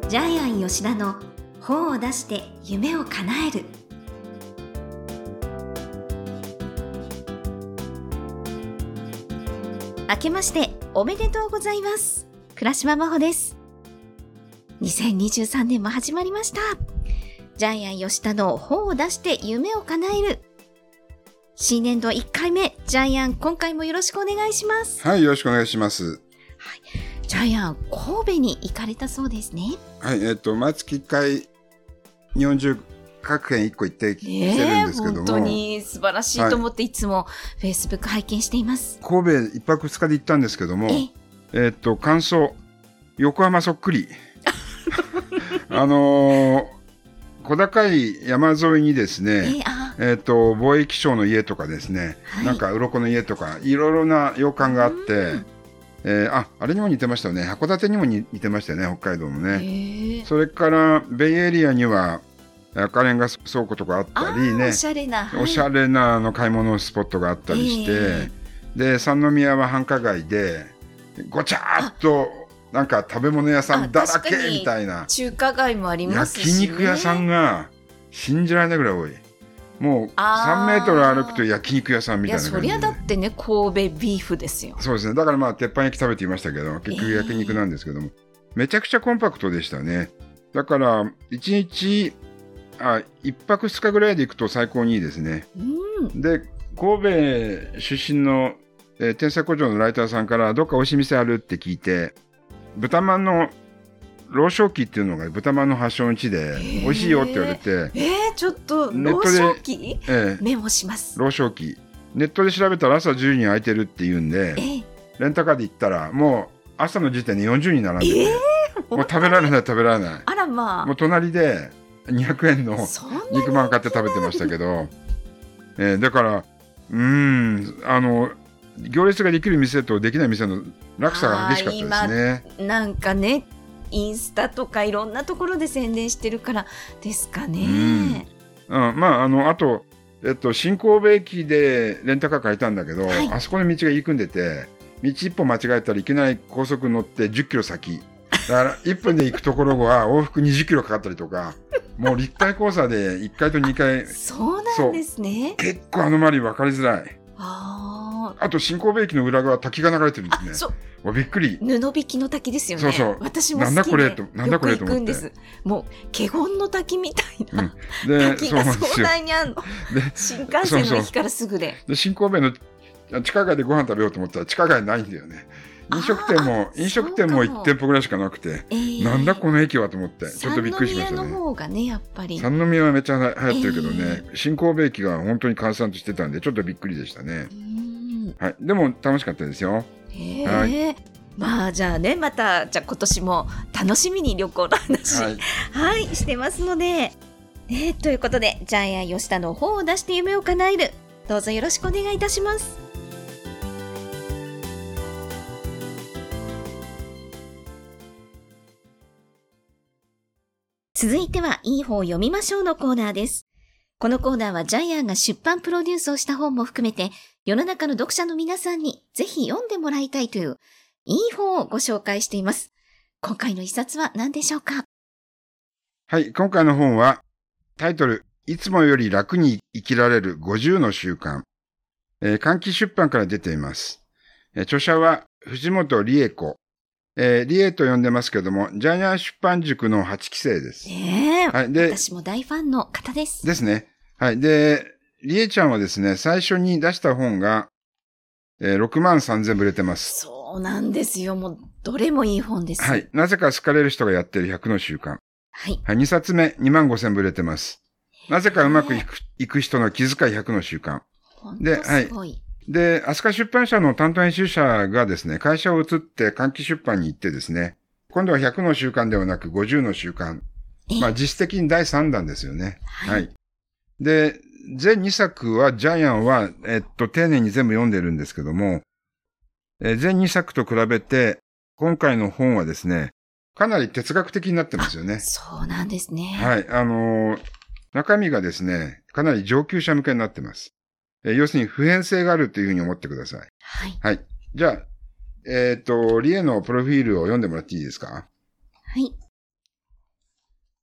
ジャイアン吉田の本を出して夢を叶える。明けましておめでとうございます。倉島真帆です。2023年も始まりました。ジャイアン吉田の本を出して夢を叶える。新年度1回目、ジャイアン今回もよろしくお願いします。 はい、よろしくお願いします。 はい、ジャイアン神戸に行かれたそうですね。 はい、毎月1回日本中各県1個行ってきてるんですけども、 本当に素晴らしいと思っていつも Facebook 拝見しています。 神戸1泊2日で行ったんですけども、感想横浜そっくり小高い山沿いにですね、貿易商の家とかですね、はい、なんか鱗の家とかいろいろな洋館があって、あれにも似てましたよね。函館にも似てましたよね、北海道もね。それからベイエリアには赤レンガ倉庫とかあったりね、 おしゃれな、 おしゃれな買い物スポットがあったりして、で三宮は繁華街でごちゃーっとなんか食べ物屋さんだらけみたいな、 中華街もありますし、 焼肉屋さんが信じられないぐらい多い。もう3メートル歩くと焼肉屋さんみたいな感じで。 いや、そりゃだってね、神戸ビーフですよ。 そうですね。だから鉄板焼き食べていましたけど、結局焼肉なんですけども、めちゃくちゃコンパクトでしたね。だから1日1泊2日ぐらいで行くと最高にいいですね。で、神戸出身の、天才工場のライターさんからどっか美味しい店あるって聞いて、豚まんの老少期っていうのが豚まんの発祥の地で美味しいよって言われて、 ちょっと老少期、メモします。 老少期ネットで調べたら朝10時に空いてるって言うんで、レンタカーで行ったらもう朝の時点で40人並んでて、もう食べられないあらまあ、 もう隣で200円の肉まん買って食べてましたけど、だから行列ができる店とできない店の落差が激しかったですね。 今なんかね、インスタとかいろんなところで宣伝してるからですかね。 あと、新神戸駅でレンタカー借りたんだけど、あそこの道が入り組んでて、道一歩間違えたらいきなり高速乗って10キロ先だから1分で行くところは往復20キロかかったりとか、もう立体交差で1階と2階そうなんですね。 結構アノマリー分かりづらい。あと新神戸駅の裏側滝が流れてるんですね。びっくり。 布引きの滝ですよね。 そう私も好きでよく行くんです。もう華厳の滝みたいな、滝が壮大にあるの。新幹線の駅からすぐで。 新神戸の地下街でご飯食べようと思ったら地下街ないんだよね。飲食店も1店舗ぐらいしかなくて、なんだこの駅はと思ってちょっとびっくりしましたね。 三宮の方がね、やっぱり三宮はめっちゃ流行ってるけどね、新神戸駅が本当に閑散としてたんでちょっとびっくりでしたね。はい、でも楽しかったですよ。 まあじゃあね、また今年も楽しみに旅行の話、してますので、ということでジャイアン吉田の本を出して夢を叶える、どうぞよろしくお願いいたします。続いてはいい本を読みましょうのコーナーです。このコーナーはジャイアンが出版プロデュースをした本も含めて、世の中の読者の皆さんにぜひ読んでもらいたいといういい本をご紹介しています。今回の一冊は何でしょうか？ はい、今回の本はタイトル、いつもより楽に生きられる50の習慣。換気出版から出ています。著者は藤本理恵子。理恵と呼んでますけども、ジャイアン出版塾の8期生です。 私も大ファンの方です。 ですね。はい。で、理恵ちゃんはですね、最初に出した本が、6万3000部売れてます。 そうなんですよ。もう、どれもいい本です。 はい。なぜか好かれる人がやってる100の習慣。はい。2冊目、2万5000部売れてます。なぜかうまくいく人の気遣い100の習慣。 で、すごい。 で、飛鳥出版社の担当編集者がですね、会社を移って換気出版に行ってですね、今度は100の習慣ではなく50の習慣。実質的に第3弾ですよね。はい。で、全2作はジャイアンは、丁寧に全部読んでるんですけども、全2作と比べて、今回の本はですね、かなり哲学的になってますよね。 そうなんですね。 はい。中身がですね、かなり上級者向けになってます。要するに普遍性があるというふうに思ってください。 はい。 はい。じゃあ、リエのプロフィールを読んでもらっていいですか？ はい。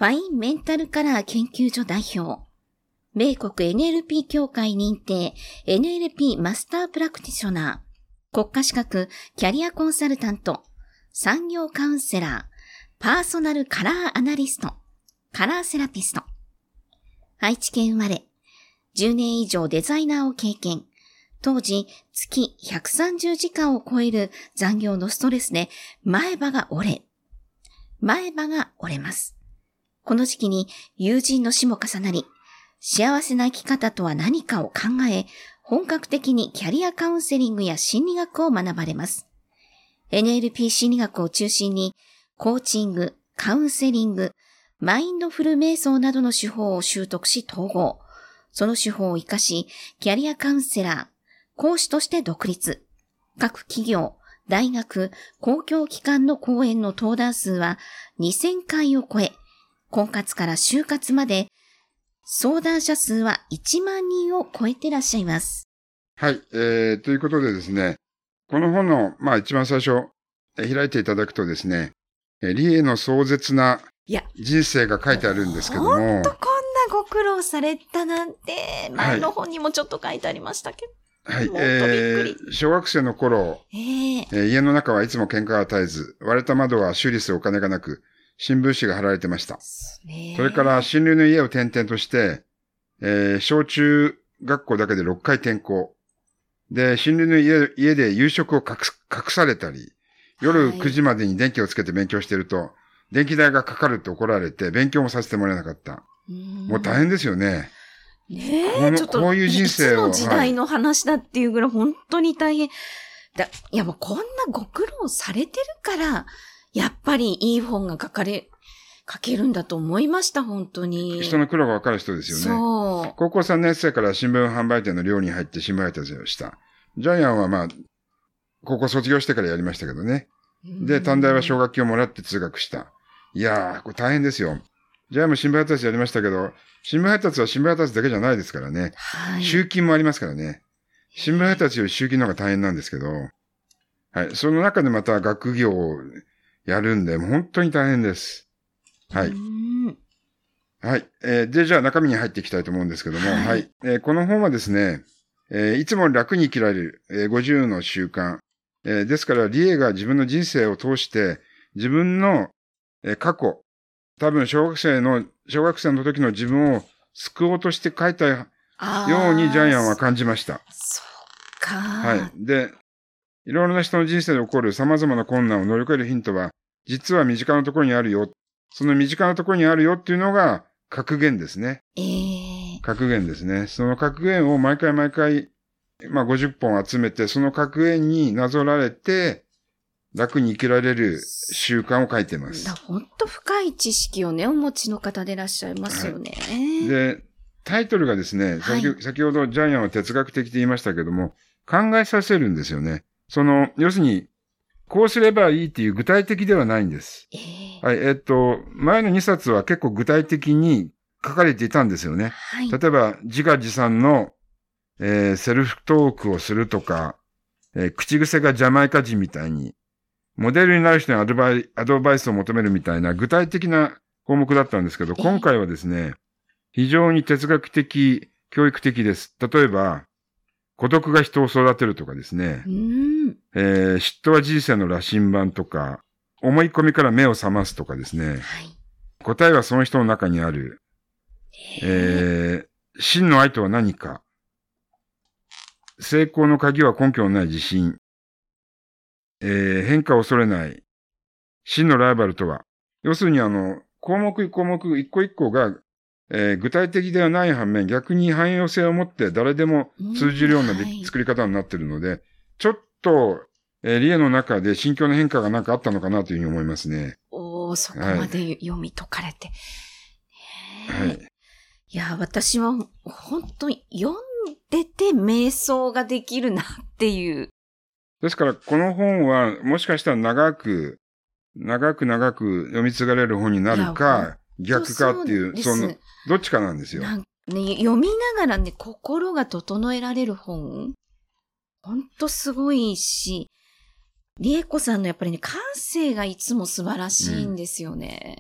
ファインメンタルカラー研究所代表、米国 NLP 協会認定 NLP マスタープラクティショナー、国家資格キャリアコンサルタント、産業カウンセラー、パーソナルカラーアナリスト、カラーセラピスト。愛知県生まれ、10年以上デザイナーを経験。当時、月130時間を超える残業のストレスで前歯が折れます。この時期に友人の死も重なり、幸せな生き方とは何かを考え、本格的にキャリアカウンセリングや心理学を学ばれます。NLP 心理学を中心に、コーチング、カウンセリング、マインドフル瞑想などの手法を習得し統合。その手法を活かし、キャリアカウンセラー、講師として独立。各企業、大学、公共機関の講演の登壇数は2000回を超え、婚活から就活まで相談者数は1万人を超えていらっしゃいます。 はい、ということでですね、この本の、一番最初、開いていただくとですね、理恵の壮絶な人生が書いてあるんですけども。 ほんとこんなご苦労されたなんて、前の本にもちょっと書いてありましたけど。 はい、小学生の頃、家の中はいつも喧嘩が絶えず、割れた窓は修理するお金がなく、新聞紙が貼られてました。それから親類の家を転々として、小中学校だけで6回転校。で、親類の家で夕食を隠されたり、夜9時までに電気をつけて勉強していると、電気代がかかるって怒られて、勉強もさせてもらえなかった。もう大変ですよね。 ねえ、ちょっと、 こういう人生を。 いつの時代の話だっていうぐらい本当に大変。いやもうこんなご苦労されてるから、やっぱりいい本が書けるんだと思いました、本当に。 人の苦労がわかる人ですよね。 そう。 高校3年生から新聞販売店の寮に入って新聞配達をした。ジャイアンは高校卒業してからやりましたけどね。で、短大は奨学金をもらって通学した。いやー、これ大変ですよ。ジャイアンも新聞配達やりましたけど、新聞配達は新聞配達だけじゃないですからね。はい。集金もありますからね。新聞配達より集金の方が大変なんですけど、はい。その中でまた学業をやるんで、本当に大変です。はい。はい。で、じゃあ中身に入っていきたいと思うんですけども、はい。この本はですね、いつも楽に生きられる、50の習慣。ですから、リエが自分の人生を通して、自分の、過去、多分小学生の時の自分を救おうとして書いたようにジャイアンは感じました。 そっか。 はい。で、いろいろな人の人生で起こる様々な困難を乗り越えるヒントは、実は身近なところにあるよ。その身近なところにあるよっていうのが格言ですね。格言ですね。その格言を毎回、50本集めて、その格言になぞられて、楽に生きられる習慣を書いてます。 本当深い知識をね、お持ちの方でいらっしゃいますよね。はい、 で、タイトルがですね、先ほどジャイアンは哲学的と言いましたけども、考えさせるんですよね。要するに、こうすればいいっていう具体的ではないんです。はい、前の2冊は結構具体的に書かれていたんですよね。はい、例えば、自画自賛の、セルフトークをするとか、口癖がジャマイカ人みたいに、モデルになる人にアドバイスを求めるみたいな具体的な項目だったんですけど、今回はですね、非常に哲学的、教育的です。例えば、孤独が人を育てるとかですね、嫉妬は人生の羅針盤とか、思い込みから目を覚ますとかですね、はい、答えはその人の中にある、真の愛とは何か、成功の鍵は根拠のない自信、変化を恐れない、真のライバルとは、要するに項目一個一個が、具体的ではない反面、逆に汎用性を持って誰でも通じるような作り方になっているので、ちょっと、リエの中で心境の変化がなんかあったのかなというふうに思いますね。 そこまで読み解かれて。はい。いや、私は本当に読んでて瞑想ができるなっていう。 ですから、この本はもしかしたら長く読み継がれる本になるか、逆かっていう、どっちかなんですよ。 読みながらね、心が整えられる本。ほんとすごいし、リエコさんのやっぱりね、感性がいつも素晴らしいんですよね。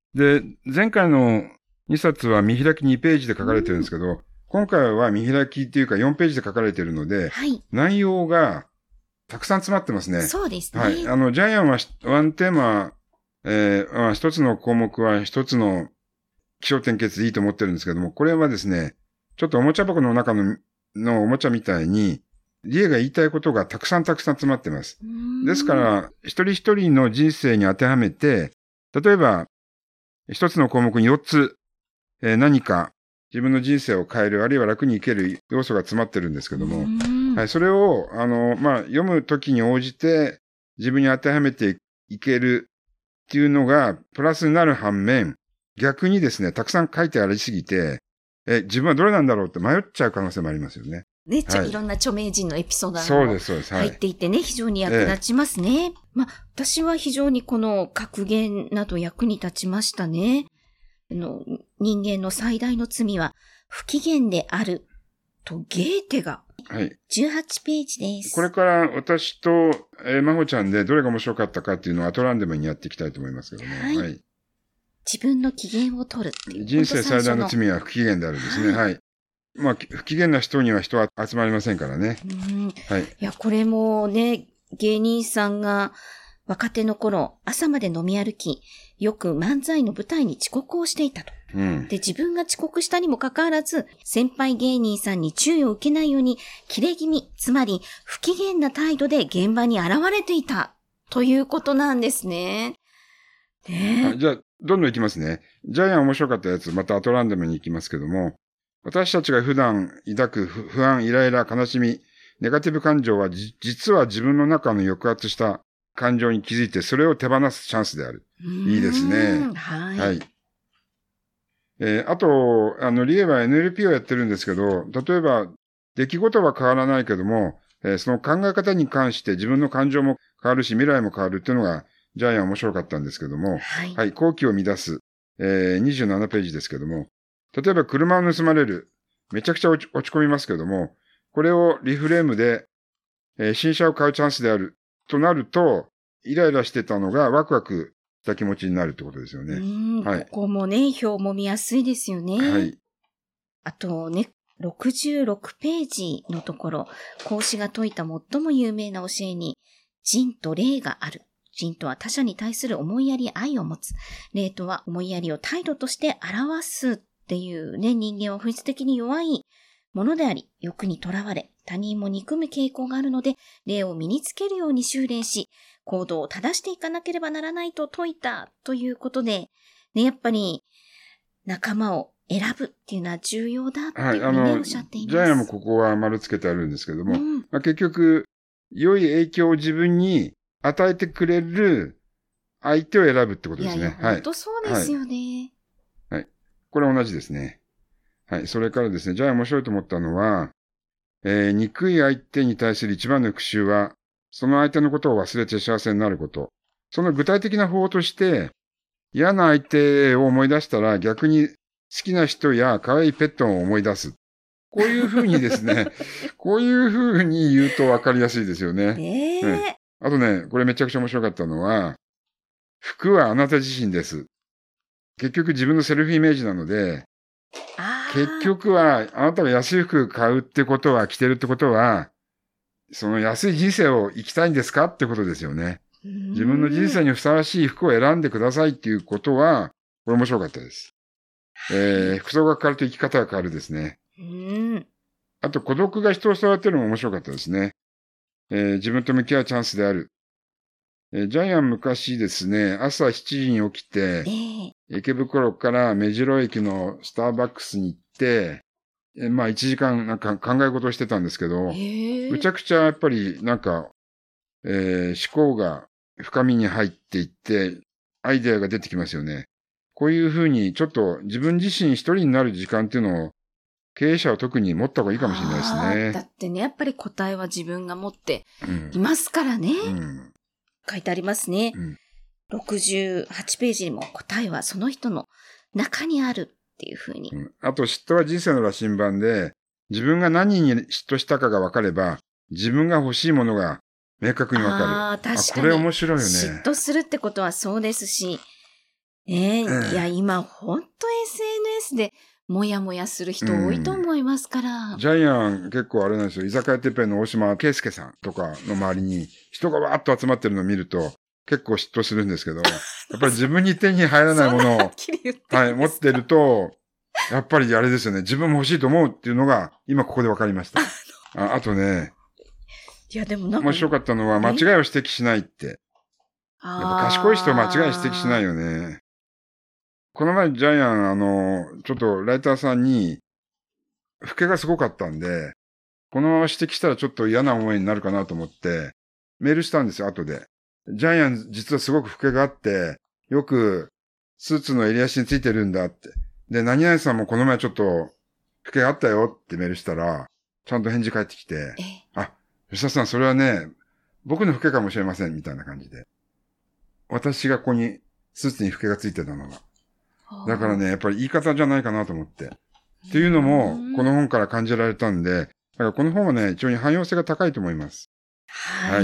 で、前回の2冊は見開き2ページで書かれてるんですけど、今回は見開きっていうか4ページで書かれてるので、 はい。 内容がたくさん詰まってますね。 そうですね。 はい。ジャイアンはワンテーマ、一つの項目は一つの起承転結でいいと思ってるんですけども、これはですね、ちょっとおもちゃ箱の中のおもちゃみたいに、リエが言いたいことがたくさん詰まってます。ですから、一人一人の人生に当てはめて、例えば、一つの項目に4つ、何か自分の人生を変える、あるいは楽に生ける要素が詰まってるんですけども、はい、それを、読むときに応じて自分に当てはめていけるっていうのがプラスになる反面、逆にですね、たくさん書いてありすぎて、自分はどれなんだろうって迷っちゃう可能性もありますよね。 ね、いろんな著名人のエピソードが入っていてね、非常に役立ちますね。私は非常にこの格言など役に立ちましたね。人間の最大の罪は不機嫌であるとゲーテが。 はい。 18ページです。 これから私と、真帆ちゃんでどれが面白かったかっていうのをアトランデムにやっていきたいと思いますけどね。 はい。自分の機嫌を取るっていう。 人生最大の罪は不機嫌であるんですね。はい。不機嫌な人には人は集まりませんからね。 はい。いや、これもね、芸人さんが若手の頃、朝まで飲み歩き、よく漫才の舞台に遅刻をしていたと。で、自分が遅刻したにもかかわらず、先輩芸人さんに注意を受けないように、切れ気味、つまり不機嫌な態度で現場に現れていた、ということなんですね。 じゃあ、どんどん行きますね。ジャイアン面白かったやつ、またアトランダムに行きますけども、私たちが普段抱く不安、イライラ、悲しみ、ネガティブ感情は実は自分の中の抑圧した感情に気づいて、それを手放すチャンスである。いいですね。はい。あと、リエは NLP をやってるんですけど、例えば、出来事は変わらないけども、その考え方に関して自分の感情も変わるし、未来も変わるっていうのが、ジャイアン面白かったんですけども、はい、好機を乱す、27ページですけども、例えば車を盗まれる、めちゃくちゃ落ち込みますけども、これをリフレームで、新車を買うチャンスであるとなると、イライラしてたのがワクワクした気持ちになるってことですよね。 はい、ここもね、表も見やすいですよね。はい。あとね、66ページのところ、孔子が説いた最も有名な教えに、仁と礼がある。仁とは他者に対する思いやり愛を持つ。礼とは思いやりを態度として表すっていうね、人間は本質的に弱いものであり、欲にとらわれ、他人も憎む傾向があるので、礼を身につけるように修練し、行動を正していかなければならないと説いたということで、ね、やっぱり仲間を選ぶっていうのは重要だっていうふうに、おっしゃっています。 ジャイアンもここは丸つけてあるんですけども、結局、良い影響を自分に与えてくれる相手を選ぶってことですね。 いや、本当そうですよね。 はい。これ同じですね。はい。それからですね、ジャイアン面白いと思ったのは、憎い相手に対する一番の復讐は、その相手のことを忘れて幸せになること。その具体的な方法として、嫌な相手を思い出したら逆に好きな人や可愛いペットを思い出す。こういうふうにですね、こういうふうに言うと分かりやすいですよね。あとね、これめちゃくちゃ面白かったのは、服はあなた自身です。結局自分のセルフイメージなので、結局はあなたが安い服買うってことは、着てるってことは、その安い人生を生きたいんですかってことですよね。自分の人生にふさわしい服を選んでくださいっていうことは、これ面白かったです。服装が変わると生き方が変わるですね。あと孤独が人を育てるのも面白かったですね。自分と向き合うチャンスである。ジャイアン昔ですね、朝7時に起きて、池袋から目白駅のスターバックスに行って、1時間なんか考え事をしてたんですけど、むちゃくちゃやっぱりなんか、思考が深みに入っていって、アイデアが出てきますよね。こういうふうにちょっと自分自身一人になる時間っていうのを経営者は特に持った方がいいかもしれないですね。 だってね、やっぱり答えは自分が持っていますからね。書いてありますね。68ページにも答えはその人の中にあるっていうふうに。 あと嫉妬は人生の羅針盤で、自分が何に嫉妬したかが分かれば、自分が欲しいものが明確に分かる。 確かに。 これ面白いよね。 嫉妬するってことはそうですし、 いや、今、ほんと SNS で、もやもやする人多いと思いますから。 ジャイアン結構あれなんですよ。居酒屋てっぺんの大島圭介さんとかの周りに人がわーっと集まってるのを見ると結構嫉妬するんですけど、やっぱり自分に手に入らないものを、はい、持ってると、やっぱりあれですよね。自分も欲しいと思うっていうのが今ここで分かりました。あとね、 いやでもなんか面白かったのは間違いを指摘しないって。やっぱ賢い人間違い指摘しないよね。この前ジャイアン、ちょっとライターさんに、老けがすごかったんで、このまま指摘したらちょっと嫌な思いになるかなと思って、メールしたんですよ、後で。ジャイアン実はすごく老けがあって、よくスーツの襟足についてるんだって。で、何々さんもこの前ちょっと老けがあったよってメールしたら、ちゃんと返事返ってきて、あ、吉田さんそれはね、僕の老けかもしれません、みたいな感じで。私がここにスーツに老けがついてたのが。だからね、やっぱり言い方じゃないかなと思って。っていうのも、この本から感じられたんで、だからこの本はね、非常に汎用性が高いと思います。 はい。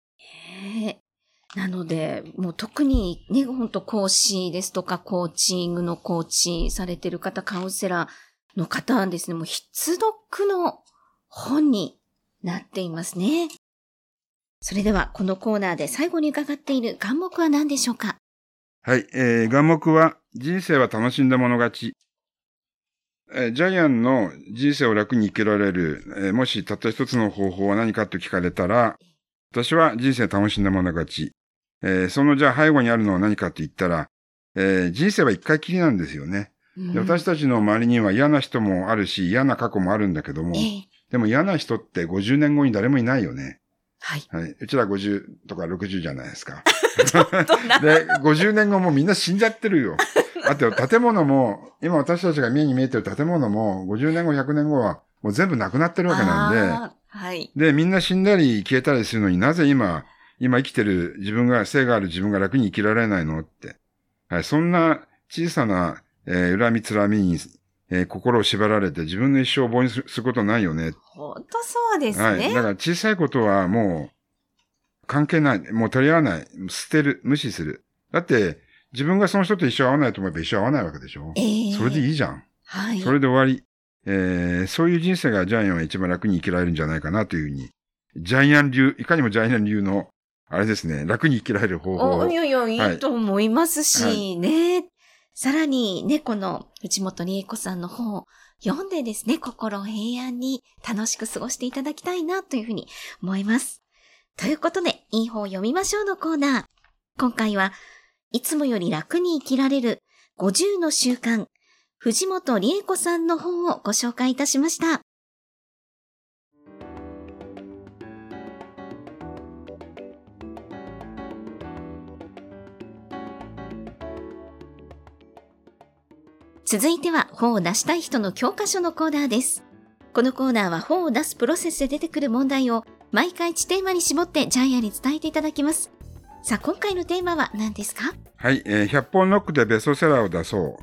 なので、もう特にね、本当講師ですとか、コーチングのコーチされてる方、カウンセラーの方はですね、もう必読の本になっていますね。それでは、このコーナーで最後に伺っている眼目は何でしょうか？ はい、眼目は、人生は楽しんだもの勝ち。ジャイアンの人生を楽に生きられる、もしたった一つの方法は何かと聞かれたら、私は人生楽しんだもの勝ち。そのじゃあ背後にあるのは何かと言ったら、人生は一回きりなんですよね。で私たちの周りには嫌な人もあるし、嫌な過去もあるんだけども、でも嫌な人って50年後に誰もいないよね。 はい。 はい。うちら50とか60じゃないですか。で、50年後もみんな死んじゃってるよ。あと建物も、今私たちが目に見えてる建物も、50年後、100年後はもう全部なくなってるわけなんで、 はい。 で、みんな死んだり消えたりするのになぜ今生きてる自分が、生がある自分が楽に生きられないのって。はい。そんな小さな、恨みつらみに、心を縛られて自分の一生を棒にすることないよね。 本当そうですね。 はい。だから小さいことはもう関係ない。もう取り合わない。捨てる。無視する。だって、自分がその人と一生会わないと思えば一生会わないわけでしょ。それでいいじゃん。 はい。 それで終わり。そういう人生がジャイアンは一番楽に生きられるんじゃないかなというふうに。ジャイアン流、いかにもジャイアン流の、あれですね、楽に生きられる方法。 いいと思いますし、ね。さらにね、この藤本理恵子さんの本を読んでですね、心を平安に楽しく過ごしていただきたいなというふうに思います。ということで、いい本を読みましょうのコーナー。今回はいつもより楽に生きられる50の習慣、藤本理恵子さんの本をご紹介いたしました。続いては本を出したい人の教科書のコーナーです。このコーナーは本を出すプロセスで出てくる問題を毎回1テーマに絞ってジャイアンに伝えていただきます。さあ、今回のテーマは何ですか？ はい、100本ノックでベストセラーを出そう。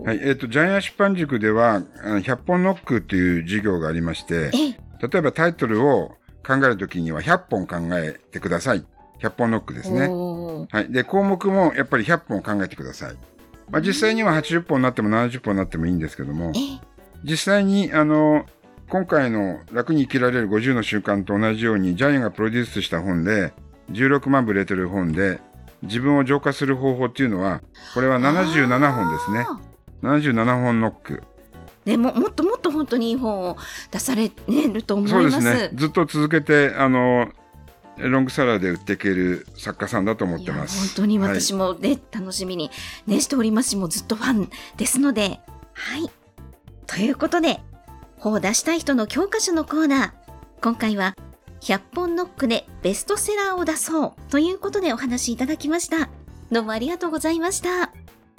はい、ジャイアン出版塾では、100本ノックという授業がありまして、例えばタイトルを考えるときには100本考えてください。100本ノックですね。はい。で、項目もやっぱり100本考えてください。まあ、実際には80本になっても70本になってもいいんですけども、実際に、今回の楽に生きられる50の習慣と同じように、ジャイアンがプロデュースした本で、16万部売れてる本で、自分を浄化する方法っていうのは、これは77本ですね。77本ノック。 ね、もっともっと本当にいい本を出されると思います。 そうですね。ずっと続けて、ロングセラーで売っていける作家さんだと思ってます。 本当に私もね、楽しみにしておりますし、もうずっとファンですので。はい。ということで、本を出したい人の教科書のコーナー。今回は、100本ノックでベストセラーを出そうということでお話しいただきました。どうもありがとうございました。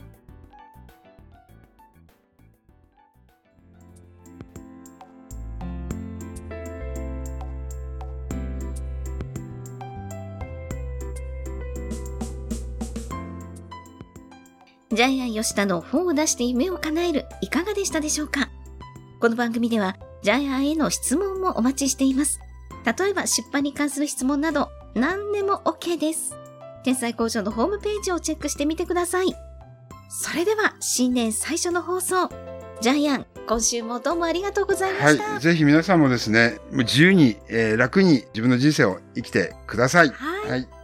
ジャイアン吉田の本を出して夢を叶える、いかがでしたでしょうか？この番組ではジャイアンへの質問もお待ちしています。例えば出版に関する質問など何でも OK です。 天才工場のホームページをチェックしてみてください。それでは新年最初の放送、ジャイアン、今週もどうもありがとうございました。 はい、ぜひ皆さんもですね、自由に、楽に自分の人生を生きてください。 はい。 はい